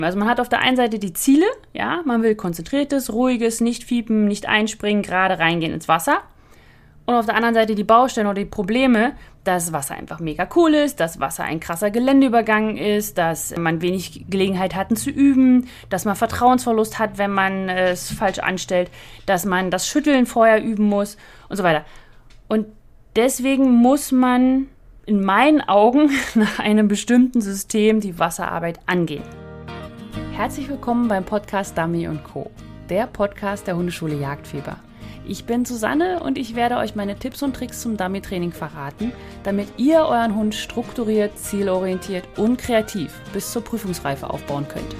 Also man hat auf der einen Seite die Ziele, ja, man will konzentriertes, ruhiges, nicht fiepen, nicht einspringen, gerade reingehen ins Wasser. Und auf der anderen Seite die Baustellen oder die Probleme, dass Wasser einfach mega cool ist, dass Wasser ein krasser Geländeübergang ist, dass man wenig Gelegenheit hatten zu üben, dass man Vertrauensverlust hat, wenn man es falsch anstellt, dass man das Schütteln vorher üben muss und so weiter. Und deswegen muss man in meinen Augen nach einem bestimmten System die Wasserarbeit angehen. Herzlich willkommen beim Podcast Dummy & Co., der Podcast der Hundeschule Jagdfieber. Ich bin Susanne und ich werde euch meine Tipps und Tricks zum Dummy-Training verraten, damit ihr euren Hund strukturiert, zielorientiert und kreativ bis zur Prüfungsreife aufbauen könnt.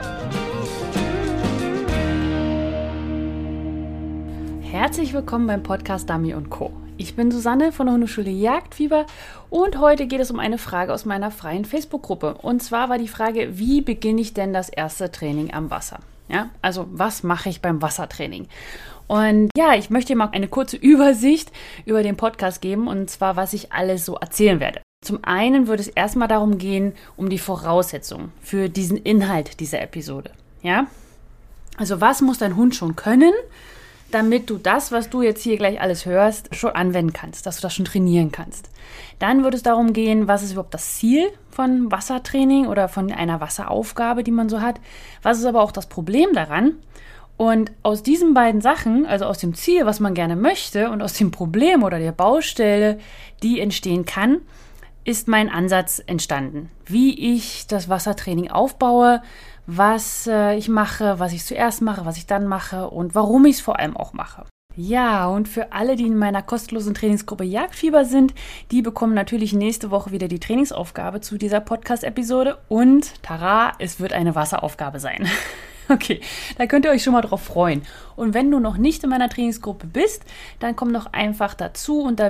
Herzlich willkommen beim Podcast Dummy & Co. Ich bin Susanne von der Hundeschule Jagdfieber und heute geht es um eine Frage aus meiner freien Facebook-Gruppe. Und zwar war die Frage, wie beginne ich denn das erste Training am Wasser? Ja, also was mache ich beim Wassertraining? Und ja, ich möchte dir mal eine kurze Übersicht über den Podcast geben und zwar, was ich alles so erzählen werde. Zum einen wird es erstmal darum gehen, um die Voraussetzungen für diesen Inhalt dieser Episode. Ja, also was muss dein Hund schon können, damit du das, was du jetzt hier gleich alles hörst, schon anwenden kannst, dass du das schon trainieren kannst. Dann wird es darum gehen, was ist überhaupt das Ziel von Wassertraining oder von einer Wasseraufgabe, die man so hat. Was ist aber auch das Problem daran? Und aus diesen beiden Sachen, also aus dem Ziel, was man gerne möchte und aus dem Problem oder der Baustelle, die entstehen kann, ist mein Ansatz entstanden. Wie ich das Wassertraining aufbaue, was ich mache, was ich zuerst mache, was ich dann mache und warum ich es vor allem auch mache. Ja, und für alle, die in meiner kostenlosen Trainingsgruppe Jagdfieber sind, die bekommen natürlich nächste Woche wieder die Trainingsaufgabe zu dieser Podcast-Episode und tada, es wird eine Wasseraufgabe sein. Okay, da könnt ihr euch schon mal drauf freuen. Und wenn du noch nicht in meiner Trainingsgruppe bist, dann komm doch einfach dazu unter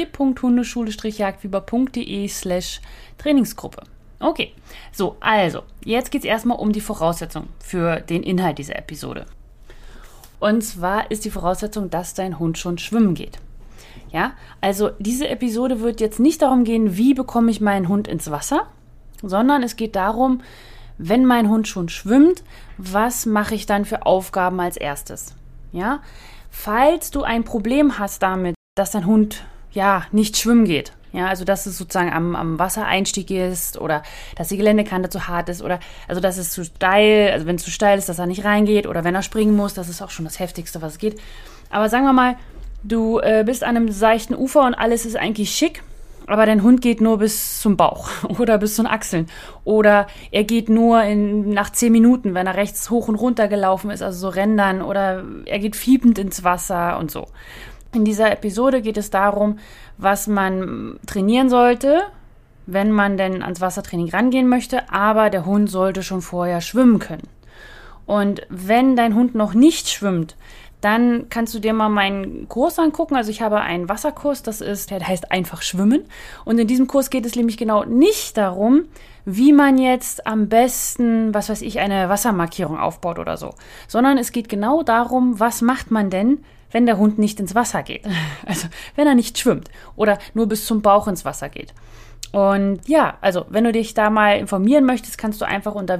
www.hundeschule-jagdfieber.de/Trainingsgruppe. Okay, so, also, jetzt geht es erstmal um die Voraussetzung für den Inhalt dieser Episode. Und zwar ist die Voraussetzung, dass dein Hund schon schwimmen geht. Ja, also diese Episode wird jetzt nicht darum gehen, wie bekomme ich meinen Hund ins Wasser, sondern es geht darum, wenn mein Hund schon schwimmt, was mache ich dann für Aufgaben als erstes? Ja, falls du ein Problem hast damit, dass dein Hund nicht schwimmen geht, ja, also dass es sozusagen am Wassereinstieg ist oder dass die Geländekante zu hart ist oder also dass es zu steil, also wenn es zu steil ist, dass er nicht reingeht oder wenn er springen muss, das ist auch schon das Heftigste, was es geht. Aber sagen wir mal, du bist an einem seichten Ufer und alles ist eigentlich schick, aber dein Hund geht nur bis zum Bauch oder bis zu den Achseln oder er geht nur nach 10 Minuten, wenn er rechts hoch und runter gelaufen ist, also so Rändern oder er geht fiepend ins Wasser und so. In dieser Episode geht es darum, was man trainieren sollte, wenn man denn ans Wassertraining rangehen möchte, aber der Hund sollte schon vorher schwimmen können. Und wenn dein Hund noch nicht schwimmt, dann kannst du dir mal meinen Kurs angucken. Also ich habe einen Wasserkurs, der heißt einfach Schwimmen. Und in diesem Kurs geht es nämlich genau nicht darum, wie man jetzt am besten, eine Wassermarkierung aufbaut oder so. Sondern es geht genau darum, was macht man denn, wenn der Hund nicht ins Wasser geht. Also wenn er nicht schwimmt oder nur bis zum Bauch ins Wasser geht. Und ja, also wenn du dich da mal informieren möchtest, kannst du einfach unter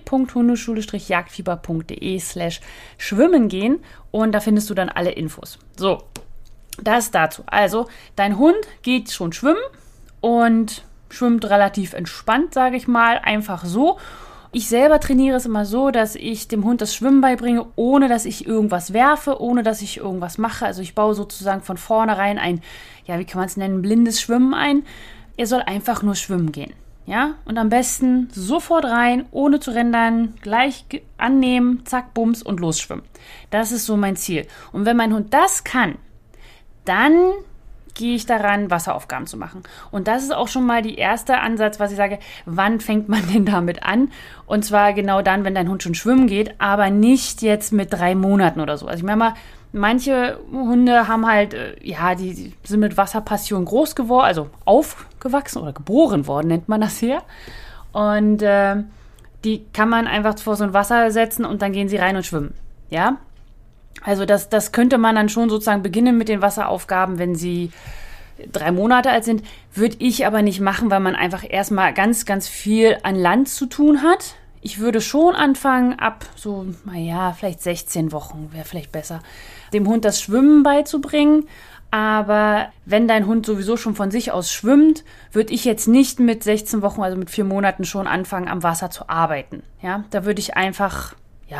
www.hundeschule-jagdfieber.de/schwimmen gehen und da findest du dann alle Infos. So, das dazu. Also dein Hund geht schon schwimmen und schwimmt relativ entspannt, sage ich mal, einfach so. Ich selber trainiere es immer so, dass ich dem Hund das Schwimmen beibringe, ohne dass ich irgendwas werfe, ohne dass ich irgendwas mache. Also ich baue sozusagen von vornherein ein blindes Schwimmen ein. Er soll einfach nur schwimmen gehen. Ja? Und am besten sofort rein, ohne zu rendern, gleich annehmen, zack, bums und losschwimmen. Das ist so mein Ziel. Und wenn mein Hund das kann, dann gehe ich daran, Wasseraufgaben zu machen. Und das ist auch schon mal der erste Ansatz, was ich sage, wann fängt man denn damit an? Und zwar genau dann, wenn dein Hund schon schwimmen geht, aber nicht jetzt mit 3 Monaten oder so. Also ich meine mal, manche Hunde haben halt, die sind mit Wasserpassion groß geworden, also aufgewachsen oder geboren worden, nennt man das hier. Und die kann man einfach vor so ein Wasser setzen und dann gehen sie rein und schwimmen. Ja, also das könnte man dann schon sozusagen beginnen mit den Wasseraufgaben, wenn sie 3 Monate alt sind. Würde ich aber nicht machen, weil man einfach erstmal ganz, ganz viel an Land zu tun hat Ich würde schon anfangen, ab so, vielleicht 16 Wochen wäre vielleicht besser, dem Hund das Schwimmen beizubringen. Aber wenn dein Hund sowieso schon von sich aus schwimmt, würde ich jetzt nicht mit 16 Wochen, also mit 4 Monaten schon anfangen, am Wasser zu arbeiten. Ja, da würde ich einfach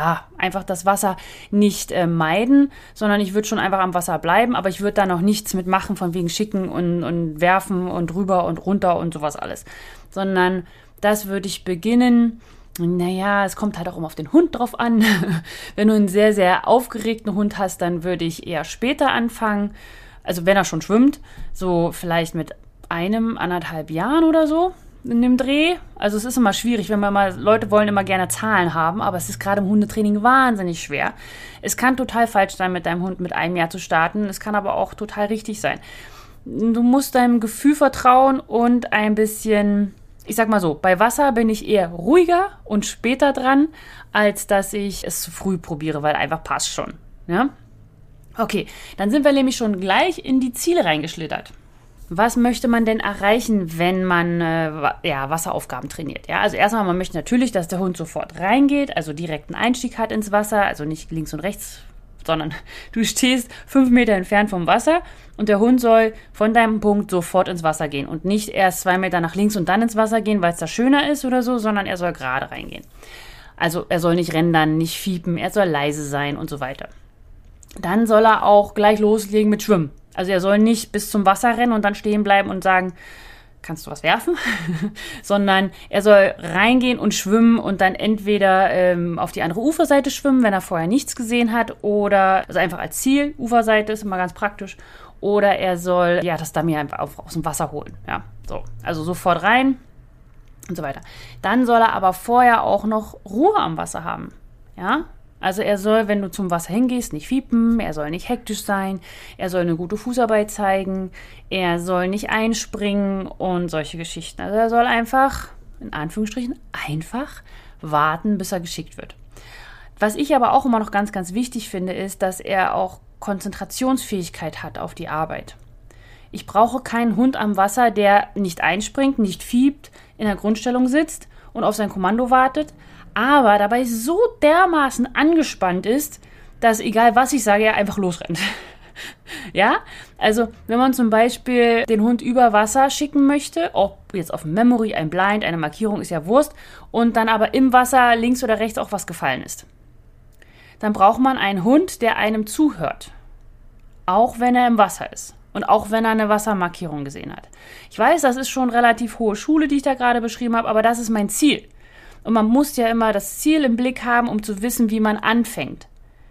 das Wasser nicht meiden, sondern ich würde schon einfach am Wasser bleiben, aber ich würde da noch nichts mitmachen, von wegen schicken und werfen und rüber und runter und sowas alles. Sondern das würde ich beginnen. Es kommt halt auch immer auf den Hund drauf an. Wenn du einen sehr, sehr aufgeregten Hund hast, dann würde ich eher später anfangen. Also wenn er schon schwimmt, so vielleicht mit 1,5 Jahren oder so in dem Dreh. Also es ist immer schwierig, Leute wollen immer gerne Zahlen haben, aber es ist gerade im Hundetraining wahnsinnig schwer. Es kann total falsch sein, mit deinem Hund mit 1 Jahr zu starten. Es kann aber auch total richtig sein. Du musst deinem Gefühl vertrauen und ein bisschen, ich sag mal so, bei Wasser bin ich eher ruhiger und später dran, als dass ich es zu früh probiere, weil einfach passt schon. Ja? Okay, dann sind wir nämlich schon gleich in die Ziele reingeschlittert. Was möchte man denn erreichen, wenn man Wasseraufgaben trainiert? Ja, also erstmal, man möchte natürlich, dass der Hund sofort reingeht, also direkten Einstieg hat ins Wasser, also nicht links und rechts, sondern du stehst 5 Meter entfernt vom Wasser und der Hund soll von deinem Punkt sofort ins Wasser gehen und nicht erst 2 Meter nach links und dann ins Wasser gehen, weil es da schöner ist oder so, sondern er soll gerade reingehen. Also er soll nicht rendern, nicht fiepen, er soll leise sein und so weiter. Dann soll er auch gleich loslegen mit Schwimmen. Also er soll nicht bis zum Wasser rennen und dann stehen bleiben und sagen, kannst du was werfen? Sondern er soll reingehen und schwimmen und dann entweder auf die andere Uferseite schwimmen, wenn er vorher nichts gesehen hat, oder also einfach als Ziel, Uferseite ist immer ganz praktisch, oder er soll das Dummy einfach aus dem Wasser holen. Ja, so. Also sofort rein und so weiter. Dann soll er aber vorher auch noch Ruhe am Wasser haben. Ja, also er soll, wenn du zum Wasser hingehst, nicht fiepen, er soll nicht hektisch sein, er soll eine gute Fußarbeit zeigen, er soll nicht einspringen und solche Geschichten. Also er soll einfach, in Anführungsstrichen, einfach warten, bis er geschickt wird. Was ich aber auch immer noch ganz, ganz wichtig finde, ist, dass er auch Konzentrationsfähigkeit hat auf die Arbeit. Ich brauche keinen Hund am Wasser, der nicht einspringt, nicht fiebt, in der Grundstellung sitzt und auf sein Kommando wartet, aber dabei so dermaßen angespannt ist, dass egal was ich sage, er einfach losrennt. Ja, also wenn man zum Beispiel den Hund über Wasser schicken möchte, ob jetzt auf dem Memory, ein Blind, eine Markierung, ist ja Wurst, und dann aber im Wasser links oder rechts auch was gefallen ist, dann braucht man einen Hund, der einem zuhört, auch wenn er im Wasser ist. Und auch wenn er eine Wassermarkierung gesehen hat. Ich weiß, das ist schon relativ hohe Schule, die ich da gerade beschrieben habe, aber das ist mein Ziel. Und man muss ja immer das Ziel im Blick haben, um zu wissen, wie man anfängt.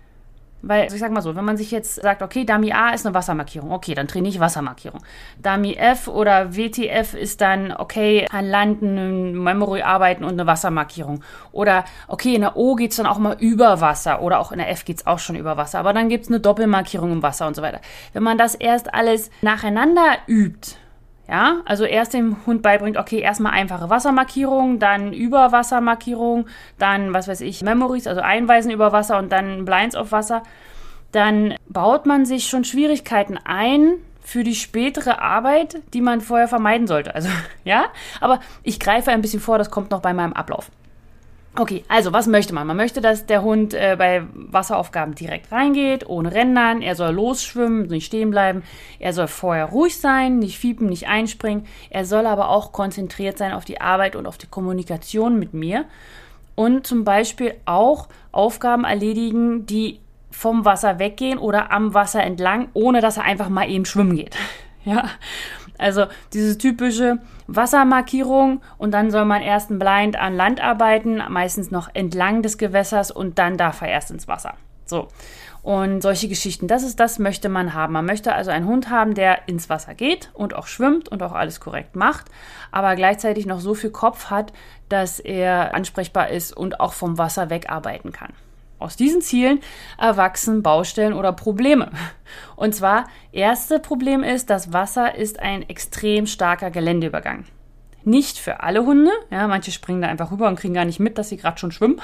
Weil, ich sag mal so, wenn man sich jetzt sagt, okay, Dummy A ist eine Wassermarkierung, okay, dann trainiere ich Wassermarkierung. Dummy F oder WTF ist dann, okay, an Land, ein Memory arbeiten und eine Wassermarkierung. Oder, okay, in der O geht's dann auch mal über Wasser oder auch in der F geht's auch schon über Wasser. Aber dann gibt's eine Doppelmarkierung im Wasser und so weiter. Wenn man das erst alles nacheinander übt, ja, also erst dem Hund beibringt, okay, erstmal einfache Wassermarkierung, dann Überwassermarkierung, dann, Memories, also Einweisen über Wasser und dann Blinds auf Wasser, dann baut man sich schon Schwierigkeiten ein für die spätere Arbeit, die man vorher vermeiden sollte. Also, ja, aber ich greife ein bisschen vor, das kommt noch bei meinem Ablauf. Okay, also was möchte man? Man möchte, dass der Hund bei Wasseraufgaben direkt reingeht, ohne Rendern. Er soll losschwimmen, nicht stehen bleiben. Er soll vorher ruhig sein, nicht fiepen, nicht einspringen. Er soll aber auch konzentriert sein auf die Arbeit und auf die Kommunikation mit mir. Und zum Beispiel auch Aufgaben erledigen, die vom Wasser weggehen oder am Wasser entlang, ohne dass er einfach mal eben schwimmen geht. Ja, also diese typische Wassermarkierung und dann soll man erst ein Blind an Land arbeiten, meistens noch entlang des Gewässers und dann darf er erst ins Wasser. So, und solche Geschichten, das möchte man haben. Man möchte also einen Hund haben, der ins Wasser geht und auch schwimmt und auch alles korrekt macht, aber gleichzeitig noch so viel Kopf hat, dass er ansprechbar ist und auch vom Wasser wegarbeiten kann. Aus diesen Zielen erwachsen Baustellen oder Probleme. Und zwar, erste Problem ist, das Wasser ist ein extrem starker Geländeübergang. Nicht für alle Hunde, ja, manche springen da einfach rüber und kriegen gar nicht mit, dass sie gerade schon schwimmen.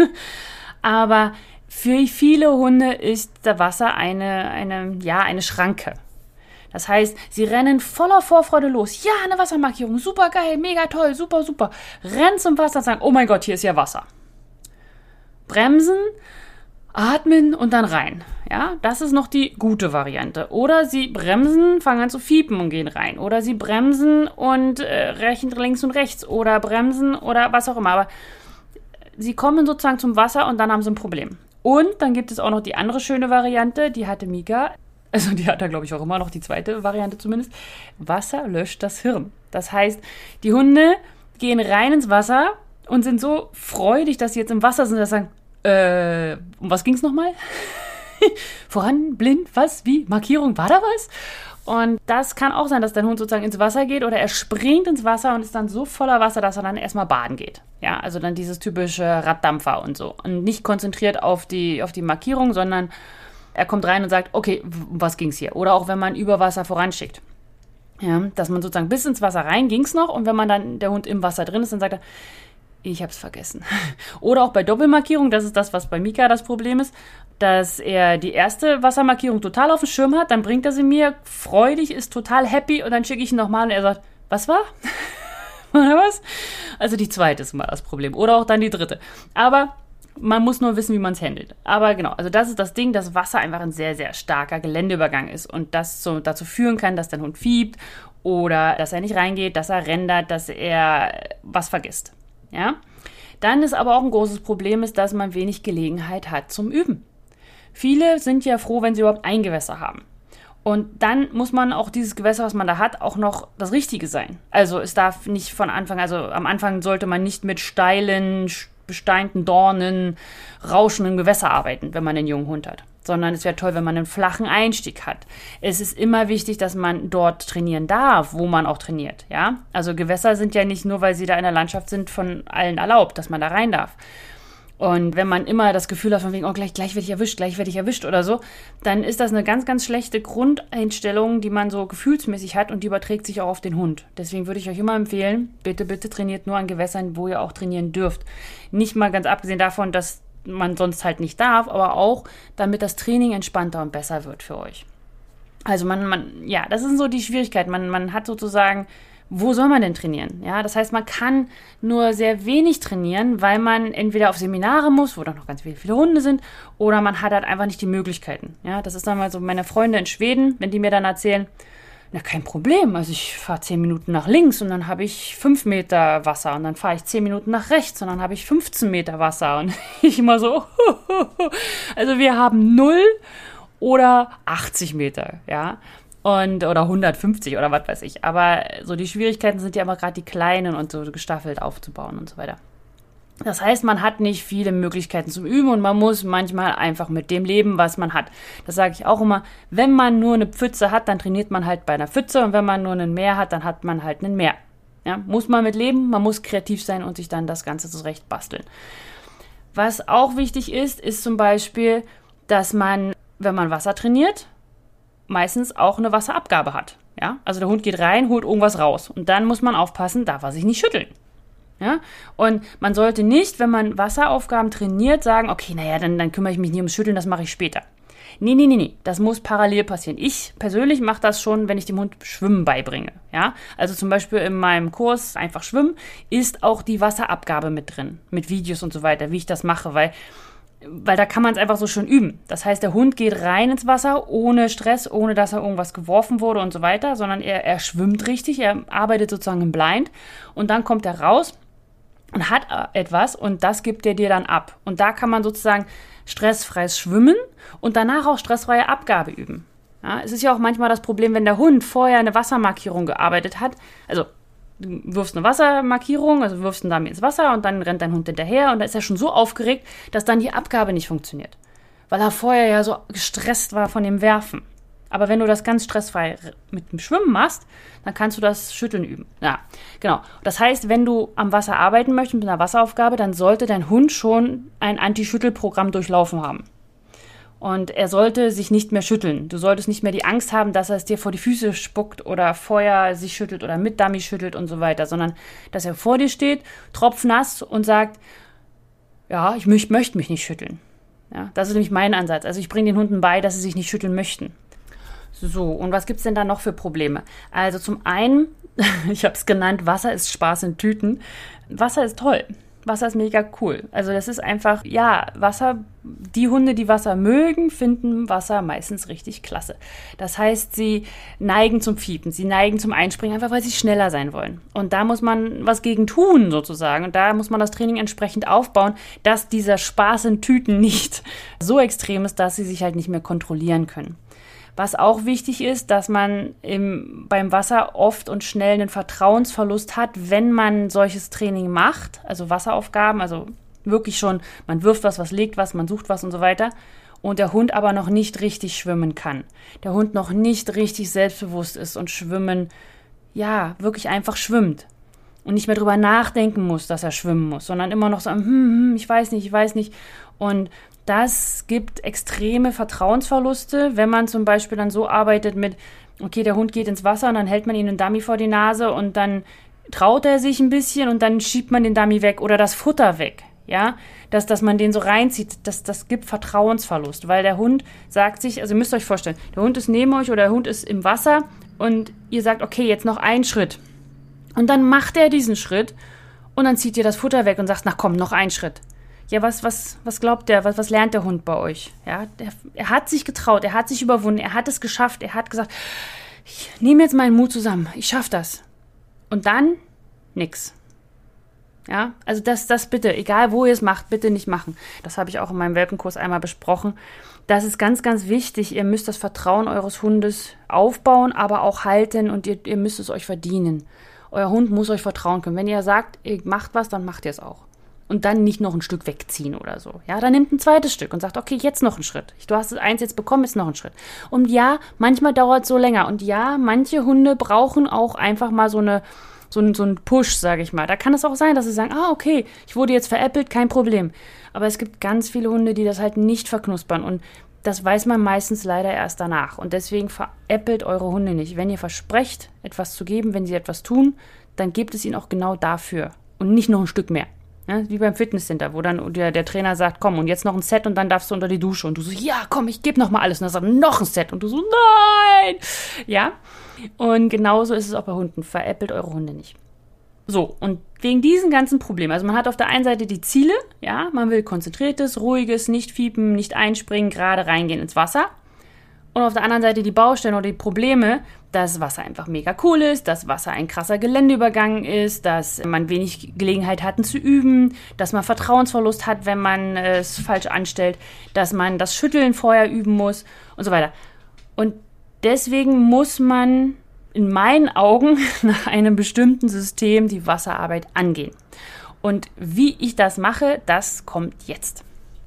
Aber für viele Hunde ist das Wasser eine Schranke. Das heißt, sie rennen voller Vorfreude los. Ja, eine Wassermarkierung, super geil, mega toll, super, super. Rennen zum Wasser und sagen, oh mein Gott, hier ist ja Wasser. Bremsen, atmen und dann rein. Ja, das ist noch die gute Variante. Oder sie bremsen, fangen an zu fiepen und gehen rein. Oder sie bremsen und links und rechts. Oder bremsen oder was auch immer. Aber sie kommen sozusagen zum Wasser und dann haben sie ein Problem. Und dann gibt es auch noch die andere schöne Variante, die hatte Mika. Also die hat da, glaube ich, auch immer noch die zweite Variante zumindest. Wasser löscht das Hirn. Das heißt, die Hunde gehen rein ins Wasser und sind so freudig, dass sie jetzt im Wasser sind, dass sie sagen, um was ging es nochmal? Voran, blind, was, wie, Markierung, war da was? Und das kann auch sein, dass dein Hund sozusagen ins Wasser geht oder er springt ins Wasser und ist dann so voller Wasser, dass er dann erstmal baden geht. Ja, also dann dieses typische Raddampfer und so. Und nicht konzentriert auf die Markierung, sondern er kommt rein und sagt, okay, um was ging's hier? Oder auch wenn man über Wasser voranschickt. Ja, dass man sozusagen bis ins Wasser rein ging's noch und wenn man dann der Hund im Wasser drin ist, dann sagt er, ich hab's vergessen. Oder auch bei Doppelmarkierung, das ist das, was bei Mika das Problem ist, dass er die erste Wassermarkierung total auf dem Schirm hat, dann bringt er sie mir freudig, ist total happy und dann schicke ich ihn nochmal und er sagt, was war? Oder was? Also die zweite ist mal das Problem. Oder auch dann die dritte. Aber man muss nur wissen, wie man es handelt. Aber genau, also das ist das Ding, dass Wasser einfach ein sehr, sehr starker Geländeübergang ist und das dazu führen kann, dass dein Hund fiebt oder dass er nicht reingeht, dass er rendert, dass er was vergisst. Ja? Dann ist aber auch ein großes Problem, ist, dass man wenig Gelegenheit hat zum Üben. Viele sind ja froh, wenn sie überhaupt ein Gewässer haben. Und dann muss man auch dieses Gewässer, was man da hat, auch noch das Richtige sein. Also es darf nicht von Anfang, also am Anfang sollte man nicht mit steilen, besteinten Dornen, rauschenden Gewässer arbeiten, wenn man einen jungen Hund hat. Sondern es wäre toll, wenn man einen flachen Einstieg hat. Es ist immer wichtig, dass man dort trainieren darf, wo man auch trainiert. Ja? Also Gewässer sind ja nicht nur, weil sie da in der Landschaft sind, von allen erlaubt, dass man da rein darf. Und wenn man immer das Gefühl hat, von wegen, oh, gleich werde ich erwischt oder so, dann ist das eine ganz, ganz schlechte Grundeinstellung, die man so gefühlsmäßig hat und die überträgt sich auch auf den Hund. Deswegen würde ich euch immer empfehlen, bitte, bitte trainiert nur an Gewässern, wo ihr auch trainieren dürft. Nicht mal ganz abgesehen davon, dass man sonst halt nicht darf, aber auch, damit das Training entspannter und besser wird für euch. Also ja, das sind so die Schwierigkeiten. Man hat sozusagen, wo soll man denn trainieren? Ja, das heißt, man kann nur sehr wenig trainieren, weil man entweder auf Seminare muss, wo doch noch ganz viele Hunde sind, oder man hat halt einfach nicht die Möglichkeiten. Ja, das ist dann mal so meine Freunde in Schweden, wenn die mir dann erzählen, na, kein Problem. Also ich fahre 10 Minuten nach links und dann habe ich 5 Meter Wasser und dann fahre ich 10 Minuten nach rechts und dann habe ich 15 Meter Wasser und ich immer so, also wir haben 0 oder 80 Meter, ja, oder 150 oder was weiß ich. Aber so die Schwierigkeiten sind ja immer gerade die kleinen und so gestaffelt aufzubauen und so weiter. Das heißt, man hat nicht viele Möglichkeiten zum Üben und man muss manchmal einfach mit dem leben, was man hat. Das sage ich auch immer, wenn man nur eine Pfütze hat, dann trainiert man halt bei einer Pfütze und wenn man nur einen Meer hat, dann hat man halt einen Meer. Ja, muss man mit leben, man muss kreativ sein und sich dann das Ganze zurecht basteln. Was auch wichtig ist zum Beispiel, dass man, wenn man Wasser trainiert, meistens auch eine Wasserabgabe hat. Ja? Also der Hund geht rein, holt irgendwas raus und dann muss man aufpassen, darf er sich nicht schütteln. Ja? Und man sollte nicht, wenn man Wasseraufgaben trainiert, sagen, okay, naja, dann kümmere ich mich nicht ums Schütteln, das mache ich später. Nee, das muss parallel passieren. Ich persönlich mache das schon, wenn ich dem Hund Schwimmen beibringe. Ja? Also zum Beispiel in meinem Kurs Einfach Schwimmen ist auch die Wasserabgabe mit drin, mit Videos und so weiter, wie ich das mache, weil da kann man es einfach so schön üben. Das heißt, der Hund geht rein ins Wasser ohne Stress, ohne dass er irgendwas geworfen wurde und so weiter, sondern er schwimmt richtig, er arbeitet sozusagen im Blind und dann kommt er raus und hat etwas und das gibt er dir dann ab. Und da kann man sozusagen stressfreies Schwimmen und danach auch stressfreie Abgabe üben. Ja, es ist ja auch manchmal das Problem, wenn der Hund vorher eine Wassermarkierung gearbeitet hat, also du wirfst eine Wassermarkierung, also wirfst einen Dummy ins Wasser und dann rennt dein Hund hinterher und da ist er schon so aufgeregt, dass dann die Abgabe nicht funktioniert. Weil er vorher ja so gestresst war von dem Werfen. Aber wenn du das ganz stressfrei mit dem Schwimmen machst, dann kannst du das Schütteln üben. Ja, genau. Das heißt, wenn du am Wasser arbeiten möchtest mit einer Wasseraufgabe, dann sollte dein Hund schon ein Anti-Schüttelprogramm durchlaufen haben. Und er sollte sich nicht mehr schütteln. Du solltest nicht mehr die Angst haben, dass er es dir vor die Füße spuckt oder vorher sich schüttelt oder mit Dummy schüttelt und so weiter, sondern dass er vor dir steht, tropfnass und sagt, ja, ich möchte mich nicht schütteln. Ja, das ist nämlich mein Ansatz. Also ich bringe den Hunden bei, dass sie sich nicht schütteln möchten. So, und was gibt's denn da noch für Probleme? Also zum einen, ich habe es genannt, Wasser ist Spaß in Tüten. Wasser ist toll. Wasser ist mega cool. Also das ist einfach, ja, Wasser, die Hunde, die Wasser mögen, finden Wasser meistens richtig klasse. Das heißt, sie neigen zum Fiepen, sie neigen zum Einspringen, einfach weil sie schneller sein wollen. Und da muss man was gegen tun sozusagen. Und da muss man das Training entsprechend aufbauen, dass dieser Spaß in Tüten nicht so extrem ist, dass sie sich halt nicht mehr kontrollieren können. Was auch wichtig ist, dass man beim Wasser oft und schnell einen Vertrauensverlust hat, wenn man solches Training macht, also Wasseraufgaben, also wirklich schon, man wirft was legt was, man sucht was und so weiter, und der Hund aber noch nicht richtig schwimmen kann. Der Hund noch nicht richtig selbstbewusst ist und schwimmen, ja, wirklich einfach schwimmt. Und nicht mehr drüber nachdenken muss, dass er schwimmen muss, sondern immer noch so, ich weiß nicht. Und das gibt extreme Vertrauensverluste, wenn man zum Beispiel dann so arbeitet mit, okay, der Hund geht ins Wasser und dann hält man ihm einen Dummy vor die Nase und dann traut er sich ein bisschen und dann schiebt man den Dummy weg oder das Futter weg, ja, dass man den so reinzieht, das gibt Vertrauensverlust, weil der Hund sagt sich, also ihr müsst euch vorstellen, der Hund ist neben euch oder der Hund ist im Wasser und ihr sagt, okay, jetzt noch einen Schritt. Und dann macht er diesen Schritt und dann zieht ihr das Futter weg und sagt, na komm, noch einen Schritt. Ja, was glaubt der? Was lernt der Hund bei euch? Ja, er hat sich getraut, er hat sich überwunden, er hat es geschafft, er hat gesagt, ich nehme jetzt meinen Mut zusammen, ich schaffe das. Und dann nix. Ja, also das bitte, egal wo ihr es macht, bitte nicht machen. Das habe ich auch in meinem Welpenkurs einmal besprochen. Das ist ganz, ganz wichtig. Ihr müsst das Vertrauen eures Hundes aufbauen, aber auch halten und ihr müsst es euch verdienen. Euer Hund muss euch vertrauen können. Wenn ihr sagt, ihr macht was, dann macht ihr es auch. Und dann nicht noch ein Stück wegziehen oder so. Ja, dann nimmt ein zweites Stück und sagt, okay, jetzt noch einen Schritt. Du hast das eins jetzt bekommen, jetzt noch einen Schritt. Und ja, manchmal dauert es so länger. Und ja, manche Hunde brauchen auch einfach mal so einen Push, sage ich mal. Da kann es auch sein, dass sie sagen, okay, ich wurde jetzt veräppelt, kein Problem. Aber es gibt ganz viele Hunde, die das halt nicht verknuspern. Und das weiß man meistens leider erst danach. Und deswegen veräppelt eure Hunde nicht. Wenn ihr versprecht, etwas zu geben, wenn sie etwas tun, dann gebt es ihnen auch genau dafür. Und nicht noch ein Stück mehr. Ja, wie beim Fitnesscenter, wo dann der Trainer sagt, komm, und jetzt noch ein Set und dann darfst du unter die Dusche. Und du so, ja, komm, ich gebe noch mal alles. Und dann sagt er, noch ein Set. Und du so, nein. Ja, und genauso ist es auch bei Hunden. Veräppelt eure Hunde nicht. So, und wegen diesen ganzen Problemen, also man hat auf der einen Seite die Ziele, ja, man will konzentriertes, ruhiges, nicht fiepen, nicht einspringen, gerade reingehen ins Wasser. Und auf der anderen Seite die Baustellen oder die Probleme, dass Wasser einfach mega cool ist, dass Wasser ein krasser Geländeübergang ist, dass man wenig Gelegenheit hatten zu üben, dass man Vertrauensverlust hat, wenn man es falsch anstellt, dass man das Schütteln vorher üben muss und so weiter. Und deswegen muss man in meinen Augen nach einem bestimmten System die Wasserarbeit angehen. Und wie ich das mache, das kommt jetzt.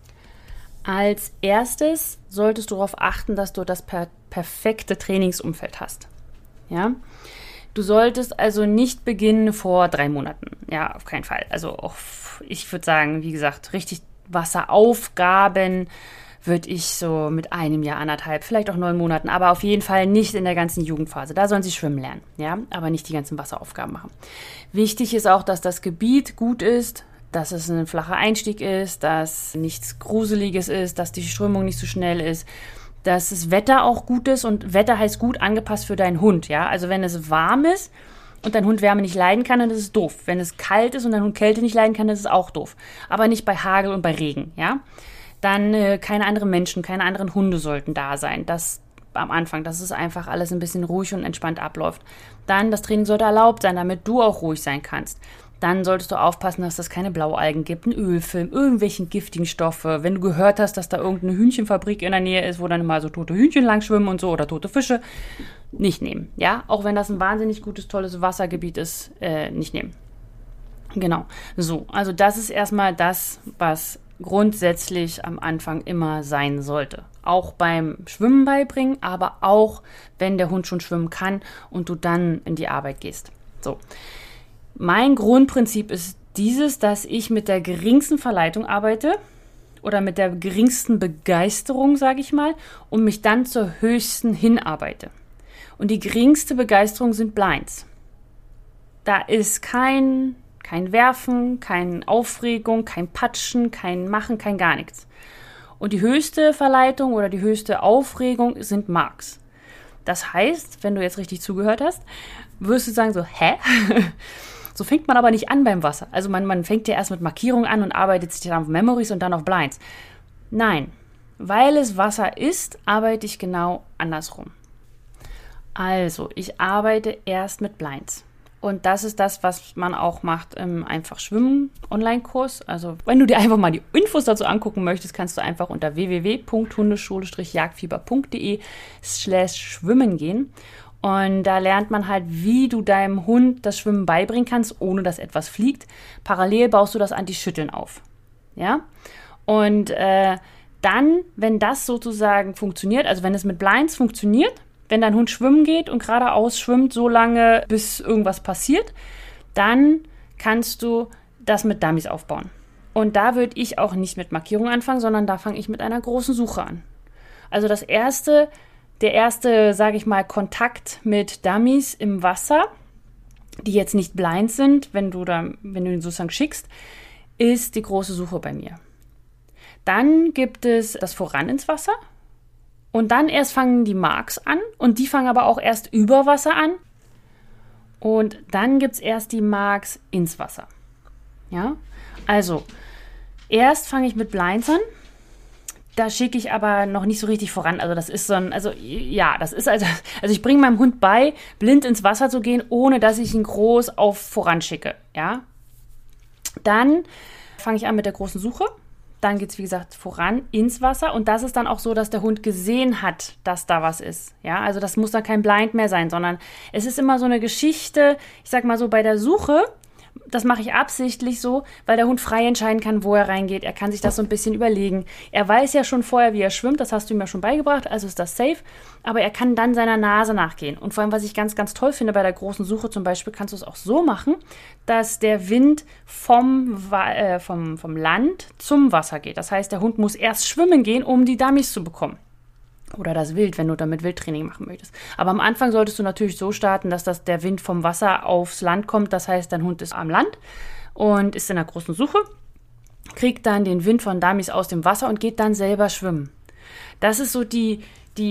Als erstes solltest du darauf achten, dass du das perfekte Trainingsumfeld hast. Ja? Du solltest also nicht beginnen vor 3 Monaten. Ja, auf keinen Fall. Also auch, ich würde sagen, wie gesagt, richtig Wasseraufgaben würde ich so mit 1 Jahr, 1,5, vielleicht auch 9 Monaten, aber auf jeden Fall nicht in der ganzen Jugendphase. Da sollen sie schwimmen lernen, ja, aber nicht die ganzen Wasseraufgaben machen. Wichtig ist auch, dass das Gebiet gut ist, dass es ein flacher Einstieg ist, dass nichts Gruseliges ist, dass die Strömung nicht so schnell ist, dass das Wetter auch gut ist und Wetter heißt gut angepasst für deinen Hund, ja. Also wenn es warm ist und dein Hund Wärme nicht leiden kann, dann ist es doof. Wenn es kalt ist und dein Hund Kälte nicht leiden kann, dann ist es auch doof. Aber nicht bei Hagel und bei Regen, ja. Dann keine anderen Menschen, keine anderen Hunde sollten da sein. Das am Anfang, dass es einfach alles ein bisschen ruhig und entspannt abläuft. Dann, das Training sollte erlaubt sein, damit du auch ruhig sein kannst. Dann solltest du aufpassen, dass es keine Blaualgen gibt, einen Ölfilm, irgendwelchen giftigen Stoffe. Wenn du gehört hast, dass da irgendeine Hühnchenfabrik in der Nähe ist, wo dann mal so tote Hühnchen lang schwimmen und so oder tote Fische, nicht nehmen. Ja, auch wenn das ein wahnsinnig gutes, tolles Wassergebiet ist, nicht nehmen. Genau. So, also das ist erstmal das, was grundsätzlich am Anfang immer sein sollte. Auch beim Schwimmen beibringen, aber auch, wenn der Hund schon schwimmen kann und du dann in die Arbeit gehst. So. Mein Grundprinzip ist dieses, dass ich mit der geringsten Verleitung arbeite oder mit der geringsten Begeisterung, sage ich mal, und mich dann zur höchsten hinarbeite. Und die geringste Begeisterung sind Blinds. Da ist kein Werfen, keine Aufregung, kein Patschen, kein Machen, kein gar nichts. Und die höchste Verleitung oder die höchste Aufregung sind Marks. Das heißt, wenn du jetzt richtig zugehört hast, wirst du sagen so, hä? So fängt man aber nicht an beim Wasser. Also man fängt ja erst mit Markierungen an und arbeitet sich dann auf Memories und dann auf Blinds. Nein, weil es Wasser ist, arbeite ich genau andersrum. Also, ich arbeite erst mit Blinds. Und das ist das, was man auch macht im Einfach-Schwimmen-Online-Kurs. Also, wenn du dir einfach mal die Infos dazu angucken möchtest, kannst du einfach unter www.hundeschule-jagdfieber.de/schwimmen gehen. Und da lernt man halt, wie du deinem Hund das Schwimmen beibringen kannst, ohne dass etwas fliegt. Parallel baust du das Anti-Schütteln auf. Ja? Und dann, wenn das sozusagen funktioniert, also wenn es mit Blinds funktioniert, wenn dein Hund schwimmen geht und geradeaus schwimmt, so lange, bis irgendwas passiert, dann kannst du das mit Dummies aufbauen. Und da würde ich auch nicht mit Markierung anfangen, sondern da fange ich mit einer großen Suche an. Also der erste, sage ich mal, Kontakt mit Dummies im Wasser, die jetzt nicht blind sind, wenn du ihn sozusagen schickst, ist die große Suche bei mir. Dann gibt es das Voran ins Wasser. Und dann erst fangen die Marks an und die fangen aber auch erst über Wasser an. Und dann gibt es erst die Marks ins Wasser. Ja, also erst fange ich mit Blinds an. Da schicke ich aber noch nicht so richtig voran. Also das ist also ich bringe meinem Hund bei, blind ins Wasser zu gehen, ohne dass ich ihn groß auf voran schicke. Ja, dann fange ich an mit der großen Suche. Dann geht es, wie gesagt, voran ins Wasser. Und das ist dann auch so, dass der Hund gesehen hat, dass da was ist. Ja, also das muss dann kein Blind mehr sein, sondern es ist immer so eine Geschichte, ich sag mal so, bei der Suche, das mache ich absichtlich so, weil der Hund frei entscheiden kann, wo er reingeht. Er kann sich das so ein bisschen überlegen. Er weiß ja schon vorher, wie er schwimmt, das hast du ihm ja schon beigebracht, also ist das safe. Aber er kann dann seiner Nase nachgehen. Und vor allem, was ich ganz, ganz toll finde bei der großen Suche zum Beispiel, kannst du es auch so machen, dass der Wind vom Land zum Wasser geht. Das heißt, der Hund muss erst schwimmen gehen, um die Dummies zu bekommen. Oder das Wild, wenn du damit Wildtraining machen möchtest. Aber am Anfang solltest du natürlich so starten, dass der Wind vom Wasser aufs Land kommt. Das heißt, dein Hund ist am Land und ist in der großen Suche, kriegt dann den Wind von Dummies aus dem Wasser und geht dann selber schwimmen. Das ist so die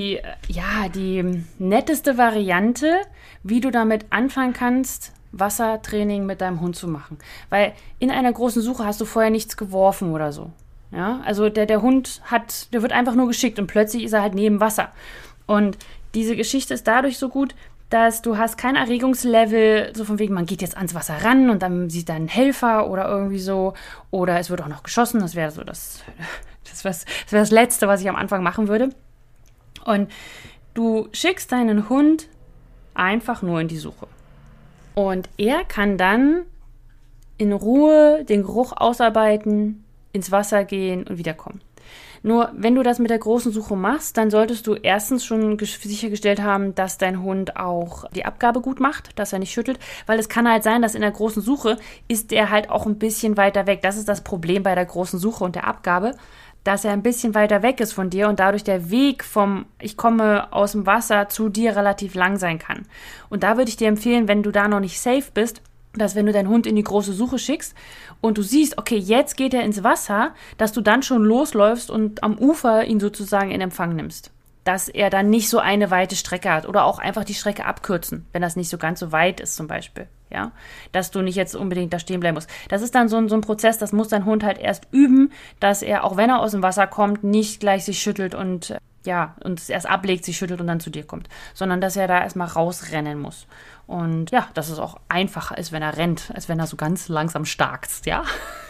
netteste Variante, wie du damit anfangen kannst, Wassertraining mit deinem Hund zu machen. Weil in einer großen Suche hast du vorher nichts geworfen oder so. Ja, also der Hund der wird einfach nur geschickt und plötzlich ist er halt neben Wasser. Und diese Geschichte ist dadurch so gut, dass du hast kein Erregungslevel, so von wegen, man geht jetzt ans Wasser ran und dann sieht da ein Helfer oder irgendwie so. Oder es wird auch noch geschossen, das wäre so das Letzte, was ich am Anfang machen würde. Und du schickst deinen Hund einfach nur in die Suche. Und er kann dann in Ruhe den Geruch ausarbeiten, ins Wasser gehen und wiederkommen. Nur, wenn du das mit der großen Suche machst, dann solltest du erstens schon sichergestellt haben, dass dein Hund auch die Abgabe gut macht, dass er nicht schüttelt, weil es kann halt sein, dass in der großen Suche ist er halt auch ein bisschen weiter weg. Das ist das Problem bei der großen Suche und der Abgabe, dass er ein bisschen weiter weg ist von dir und dadurch der Weg ich komme aus dem Wasser zu dir relativ lang sein kann. Und da würde ich dir empfehlen, wenn du da noch nicht safe bist, dass wenn du deinen Hund in die große Suche schickst und du siehst, okay, jetzt geht er ins Wasser, dass du dann schon losläufst und am Ufer ihn sozusagen in Empfang nimmst. Dass er dann nicht so eine weite Strecke hat oder auch einfach die Strecke abkürzen, wenn das nicht so ganz so weit ist zum Beispiel. Ja, dass du nicht jetzt unbedingt da stehen bleiben musst. Das ist dann so ein Prozess, das muss dein Hund halt erst üben, dass er, auch wenn er aus dem Wasser kommt, nicht gleich sich schüttelt und es erst ablegt, sich schüttelt und dann zu dir kommt, sondern dass er da erstmal rausrennen muss. Und ja, dass es auch einfacher ist, wenn er rennt, als wenn er so ganz langsam starkst, ja.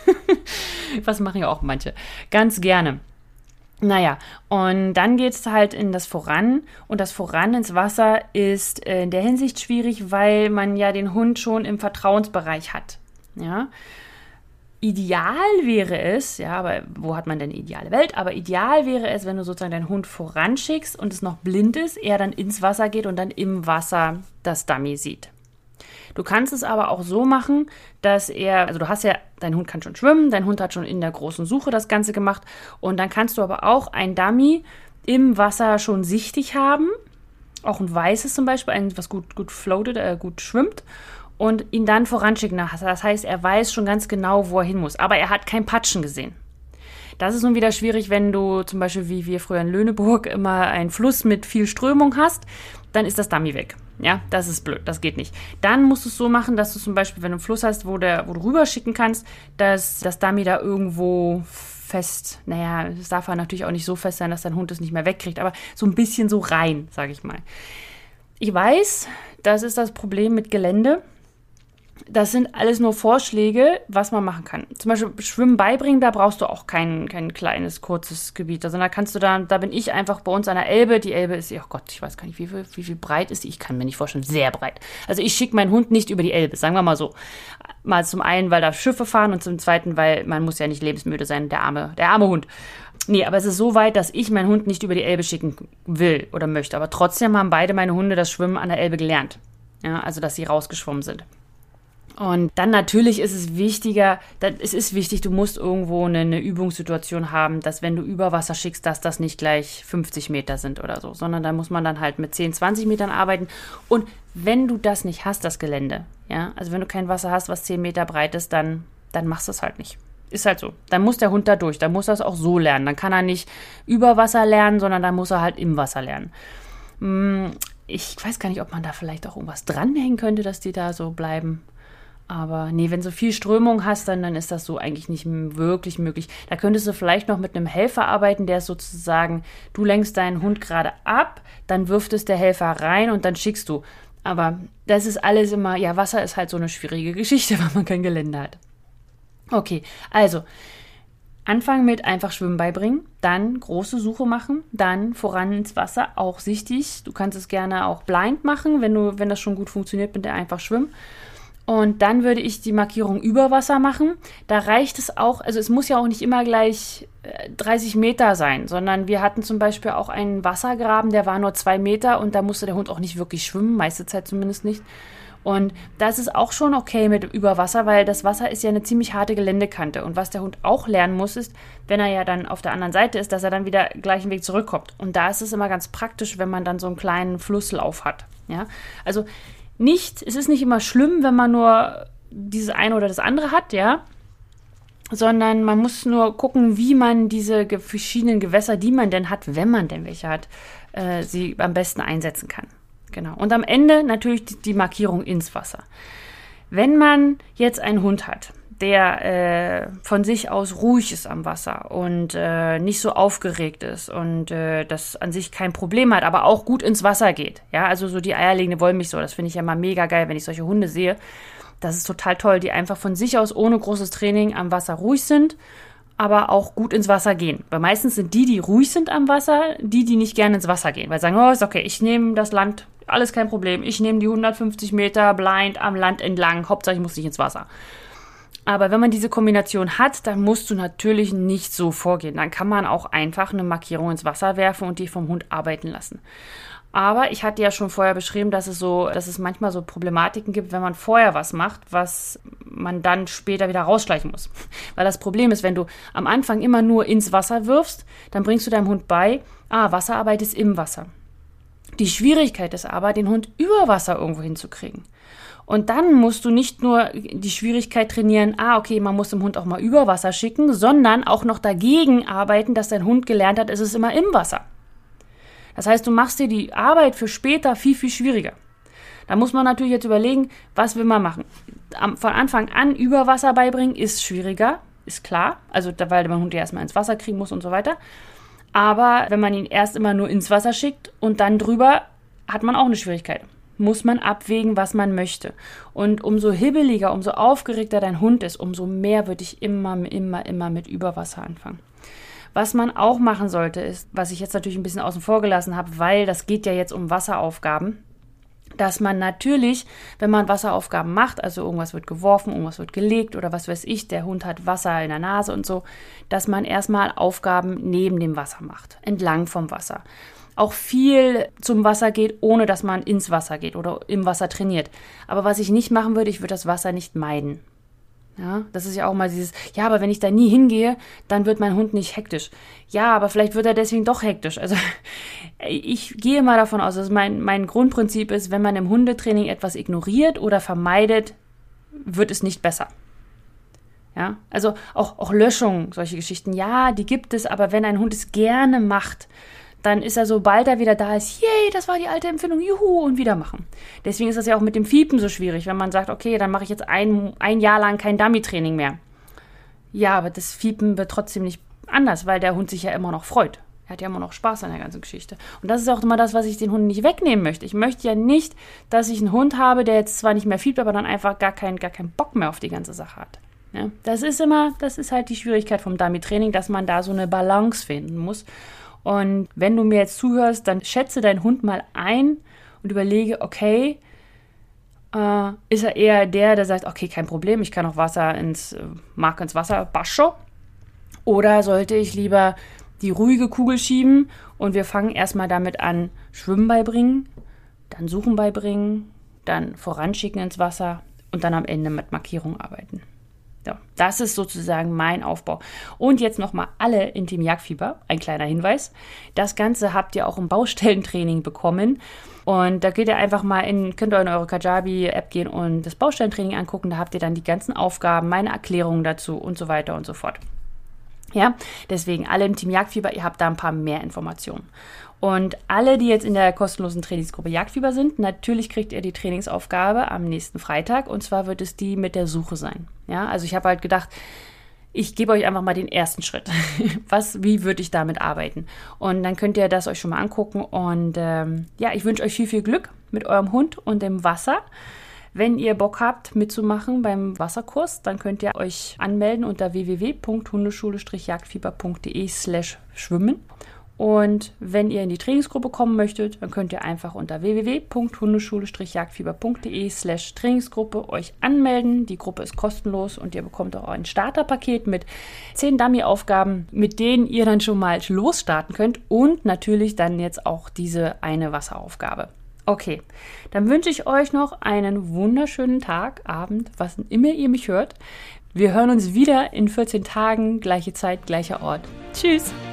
Was machen ja auch manche ganz gerne. Naja, und dann geht es halt in das Voran. Und das Voran ins Wasser ist in der Hinsicht schwierig, weil man ja den Hund schon im Vertrauensbereich hat. Ja. Ideal wäre es, ja, aber wo hat man denn eine ideale Welt? Aber ideal wäre es, wenn du sozusagen deinen Hund voranschickst und es noch blind ist, er dann ins Wasser geht und dann im Wasser das Dummy sieht. Du kannst es aber auch so machen, dass dein Hund kann schon schwimmen, dein Hund hat schon in der großen Suche das Ganze gemacht und dann kannst du aber auch ein Dummy im Wasser schon sichtig haben, auch ein weißes zum Beispiel, was gut floatet, gut schwimmt und ihn dann voranschicken. Das heißt, er weiß schon ganz genau, wo er hin muss, aber er hat kein Patschen gesehen. Das ist nun wieder schwierig, wenn du zum Beispiel, wie wir früher in Lüneburg, immer einen Fluss mit viel Strömung hast, dann ist das Dummy weg. Ja, das ist blöd, das geht nicht. Dann musst du es so machen, dass du zum Beispiel, wenn du einen Fluss hast, wo du rüberschicken kannst, dass das Dummy da irgendwo fest, es darf ja natürlich auch nicht so fest sein, dass dein Hund es nicht mehr wegkriegt, aber so ein bisschen so rein, sage ich mal. Ich weiß, das ist das Problem mit Gelände. Das sind alles nur Vorschläge, was man machen kann. Zum Beispiel Schwimmen beibringen, da brauchst du auch kein kleines, kurzes Gebiet. Also da bin ich einfach bei uns an der Elbe. Die Elbe ist, oh Gott, ich weiß gar nicht, wie viel breit ist die? Ich kann mir nicht vorstellen, sehr breit. Also ich schicke meinen Hund nicht über die Elbe, sagen wir mal so. Mal zum einen, weil da Schiffe fahren und zum zweiten, weil man muss ja nicht lebensmüde sein, der arme Hund. Nee, aber es ist so weit, dass ich meinen Hund nicht über die Elbe schicken will oder möchte. Aber trotzdem haben beide meine Hunde das Schwimmen an der Elbe gelernt. Ja, also dass sie rausgeschwommen sind. Und dann natürlich ist es wichtig, du musst irgendwo eine Übungssituation haben, dass wenn du über Wasser schickst, dass das nicht gleich 50 Meter sind oder so, sondern da muss man dann halt mit 10, 20 Metern arbeiten. Und wenn du das nicht hast, das Gelände, ja, also wenn du kein Wasser hast, was 10 Meter breit ist, dann machst du es halt nicht. Ist halt so. Dann muss der Hund da durch, dann muss er es auch so lernen. Dann kann er nicht über Wasser lernen, sondern dann muss er halt im Wasser lernen. Ich weiß gar nicht, ob man da vielleicht auch irgendwas dranhängen könnte, dass die da so bleiben. Aber nee, wenn du viel Strömung hast, dann ist das so eigentlich nicht wirklich möglich. Da könntest du vielleicht noch mit einem Helfer arbeiten, der ist sozusagen, du lenkst deinen Hund gerade ab, dann wirft es der Helfer rein und dann schickst du. Aber das ist alles immer, ja, Wasser ist halt so eine schwierige Geschichte, weil man kein Gelände hat. Okay, also anfangen mit einfach Schwimmen beibringen, dann große Suche machen, dann voran ins Wasser, auch sichtig. Du kannst es gerne auch blind machen, wenn das schon gut funktioniert mit der einfach Schwimmen. Und dann würde ich die Markierung über Wasser machen. Da reicht es auch, also es muss ja auch nicht immer gleich 30 Meter sein, sondern wir hatten zum Beispiel auch einen Wassergraben, der war nur 2 Meter und da musste der Hund auch nicht wirklich schwimmen, meiste Zeit zumindest nicht. Und das ist auch schon okay mit über Wasser, weil das Wasser ist ja eine ziemlich harte Geländekante. Und was der Hund auch lernen muss, ist, wenn er ja dann auf der anderen Seite ist, dass er dann wieder gleichen Weg zurückkommt. Und da ist es immer ganz praktisch, wenn man dann so einen kleinen Flusslauf hat. Ja, also es ist nicht immer schlimm, wenn man nur dieses eine oder das andere hat, ja, sondern man muss nur gucken, wie man diese verschiedenen Gewässer, die man denn hat, wenn man denn welche hat, sie am besten einsetzen kann. Genau. Und am Ende natürlich die Markierung ins Wasser. Wenn man jetzt einen Hund hat, der von sich aus ruhig ist am Wasser und nicht so aufgeregt ist und das an sich kein Problem hat, aber auch gut ins Wasser geht. Ja, also so die eierlegende Wollmilchsau, das finde ich ja mal mega geil, wenn ich solche Hunde sehe. Das ist total toll, die einfach von sich aus ohne großes Training am Wasser ruhig sind, aber auch gut ins Wasser gehen. Weil meistens sind die ruhig sind am Wasser, die nicht gerne ins Wasser gehen. Weil sagen, oh, ist okay, ich nehme das Land, alles kein Problem. Ich nehme die 150 Meter blind am Land entlang, Hauptsache ich muss nicht ins Wasser. Aber wenn man diese Kombination hat, dann musst du natürlich nicht so vorgehen. Dann kann man auch einfach eine Markierung ins Wasser werfen und die vom Hund arbeiten lassen. Aber ich hatte ja schon vorher beschrieben, dass es manchmal so Problematiken gibt, wenn man vorher was macht, was man dann später wieder rausschleichen muss. Weil das Problem ist, wenn du am Anfang immer nur ins Wasser wirfst, dann bringst du deinem Hund bei, Wasserarbeit ist im Wasser. Die Schwierigkeit ist aber, den Hund über Wasser irgendwo hinzukriegen. Und dann musst du nicht nur die Schwierigkeit trainieren, okay, man muss den Hund auch mal über Wasser schicken, sondern auch noch dagegen arbeiten, dass dein Hund gelernt hat, es ist immer im Wasser. Das heißt, du machst dir die Arbeit für später viel, viel schwieriger. Da muss man natürlich jetzt überlegen, was will man machen. Von Anfang an über Wasser beibringen ist schwieriger, ist klar. Also weil der Hund ja erstmal ins Wasser kriegen muss und so weiter. Aber wenn man ihn erst immer nur ins Wasser schickt und dann drüber, hat man auch eine Schwierigkeit. Muss man abwägen, was man möchte. Und umso hibbeliger, umso aufgeregter dein Hund ist, umso mehr würde ich immer mit Überwasser anfangen. Was man auch machen sollte, ist, was ich jetzt natürlich ein bisschen außen vor gelassen habe, weil das geht ja jetzt um Wasseraufgaben, dass man natürlich, wenn man Wasseraufgaben macht, also irgendwas wird geworfen, irgendwas wird gelegt oder was weiß ich, der Hund hat Wasser in der Nase und so, dass man erstmal Aufgaben neben dem Wasser macht, entlang vom Wasser. Auch viel zum Wasser geht, ohne dass man ins Wasser geht oder im Wasser trainiert. Aber was ich nicht machen würde, ich würde das Wasser nicht meiden. Ja, das ist ja auch mal dieses, ja, aber wenn ich da nie hingehe, dann wird mein Hund nicht hektisch. Ja, aber vielleicht wird er deswegen doch hektisch. Also ich gehe mal davon aus, dass mein Grundprinzip ist, wenn man im Hundetraining etwas ignoriert oder vermeidet, wird es nicht besser. Ja, also auch Löschung, solche Geschichten. Ja, die gibt es, aber wenn ein Hund es gerne macht, dann ist er, sobald er wieder da ist, yay, das war die alte Empfindung, juhu, und wieder machen. Deswegen ist das ja auch mit dem Fiepen so schwierig, wenn man sagt, okay, dann mache ich jetzt ein Jahr lang kein Dummy-Training mehr. Ja, aber das Fiepen wird trotzdem nicht anders, weil der Hund sich ja immer noch freut. Er hat ja immer noch Spaß an der ganzen Geschichte. Und das ist auch immer das, was ich den Hunden nicht wegnehmen möchte. Ich möchte ja nicht, dass ich einen Hund habe, der jetzt zwar nicht mehr fiebt, aber dann einfach gar keinen Bock mehr auf die ganze Sache hat. Ja, das ist halt die Schwierigkeit vom Dummy-Training, dass man da so eine Balance finden muss. Und wenn du mir jetzt zuhörst, dann schätze deinen Hund mal ein und überlege, okay, ist er eher der sagt, okay, kein Problem, ich kann auch ins Wasser bascho? Oder sollte ich lieber die ruhige Kugel schieben und wir fangen erstmal damit an, Schwimmen beibringen, dann Suchen beibringen, dann voranschicken ins Wasser und dann am Ende mit Markierung arbeiten. Ja, das ist sozusagen mein Aufbau. Und jetzt nochmal alle in Team Jagdfieber, ein kleiner Hinweis. Das Ganze habt ihr auch im Baustellentraining bekommen. Und da geht ihr einfach mal könnt ihr in eure Kajabi-App gehen und das Baustellentraining angucken. Da habt ihr dann die ganzen Aufgaben, meine Erklärungen dazu und so weiter und so fort. Ja, deswegen alle im Team Jagdfieber, ihr habt da ein paar mehr Informationen. Und alle, die jetzt in der kostenlosen Trainingsgruppe Jagdfieber sind, natürlich kriegt ihr die Trainingsaufgabe am nächsten Freitag. Und zwar wird es die mit der Suche sein. Ja, also ich habe halt gedacht, ich gebe euch einfach mal den ersten Schritt. Wie würde ich damit arbeiten? Und dann könnt ihr das euch schon mal angucken. Und ich wünsche euch viel, viel Glück mit eurem Hund und dem Wasser. Wenn ihr Bock habt, mitzumachen beim Wasserkurs, dann könnt ihr euch anmelden unter www.hundeschule-jagdfieber.de/schwimmen. Und wenn ihr in die Trainingsgruppe kommen möchtet, dann könnt ihr einfach unter www.hundeschule-jagdfieber.de/Trainingsgruppe euch anmelden. Die Gruppe ist kostenlos und ihr bekommt auch ein Starterpaket mit 10 Dummy-Aufgaben, mit denen ihr dann schon mal losstarten könnt und natürlich dann jetzt auch diese eine Wasseraufgabe. Okay, dann wünsche ich euch noch einen wunderschönen Tag, Abend, was immer ihr mich hört. Wir hören uns wieder in 14 Tagen, gleiche Zeit, gleicher Ort. Tschüss!